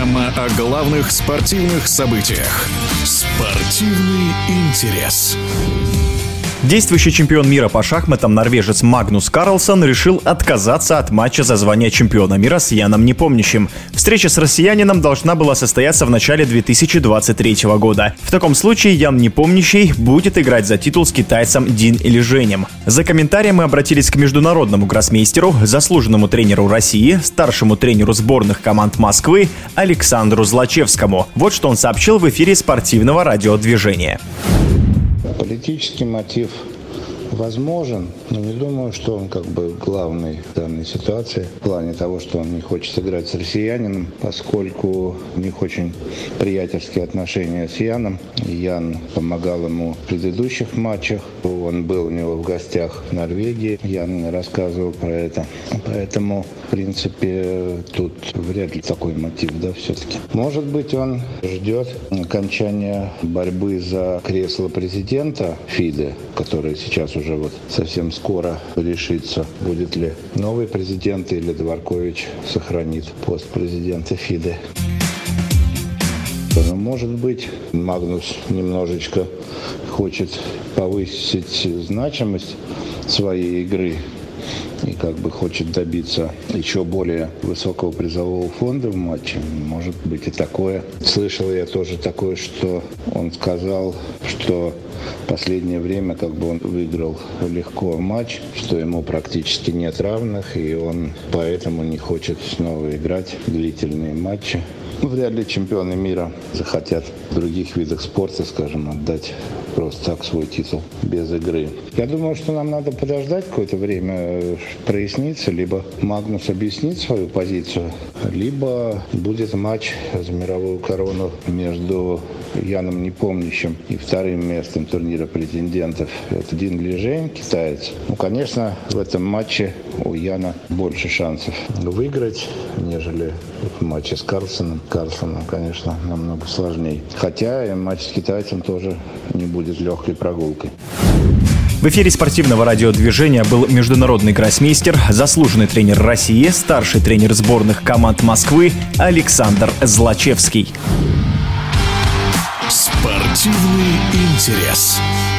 Программа о главных спортивных событиях. Спортивный интерес. Действующий чемпион мира по шахматам норвежец Магнус Карлсон решил отказаться от матча за звание чемпиона мира с Яном Непомнящим. Встреча с россиянином должна была состояться в начале 2023 года. В таком случае Ян Непомнящий будет играть за титул с китайцем Дин Лиженем. За комментарием мы обратились к международному гроссмейстеру, заслуженному тренеру России, старшему тренеру сборных команд Москвы Александру Злачевскому. Вот что он сообщил в эфире спортивного радиодвижения. Политический мотив возможен, но не думаю, что он главный в данной ситуации. В плане того, что он не хочет играть с россиянином, поскольку у них очень приятельские отношения с Яном. Ян помогал ему в предыдущих матчах. Он был у него в гостях в Норвегии. Ян мне рассказывал про это. Поэтому, в принципе, тут вряд ли такой мотив, все-таки. Может быть, он ждет окончания борьбы за кресло президента ФИДE, который сейчас уже совсем скоро решится, будет ли новый президент или Дворкович сохранит пост президента ФИДE. Может быть, Магнус немножечко хочет повысить значимость своей игры и хочет добиться еще более высокого призового фонда в матче. Может быть и такое. Слышал я тоже такое, что он сказал, что в последнее время он выиграл легко матч, что ему практически нет равных, и он поэтому не хочет снова играть в длительные матчи. Вряд ли чемпионы мира захотят в других видах спорта, отдать просто так свой титул без игры. Я думаю, что нам надо подождать какое-то время, проясниться, либо Магнус объяснит свою позицию, либо будет матч за мировую корону между Яном Непомнящим и вторым местом турнира претендентов. Это Дин Лижень, китаец. Конечно, в этом матче у Яна больше шансов выиграть, нежели в матче с Карлсоном. Карлсоном, конечно, намного сложнее. Хотя и матч с китайцем тоже не будет легкой прогулкой. В эфире спортивного радиодвижения был международный гроссмейстер, заслуженный тренер России, старший тренер сборных команд Москвы Александр Злачевский. Спортивный интерес.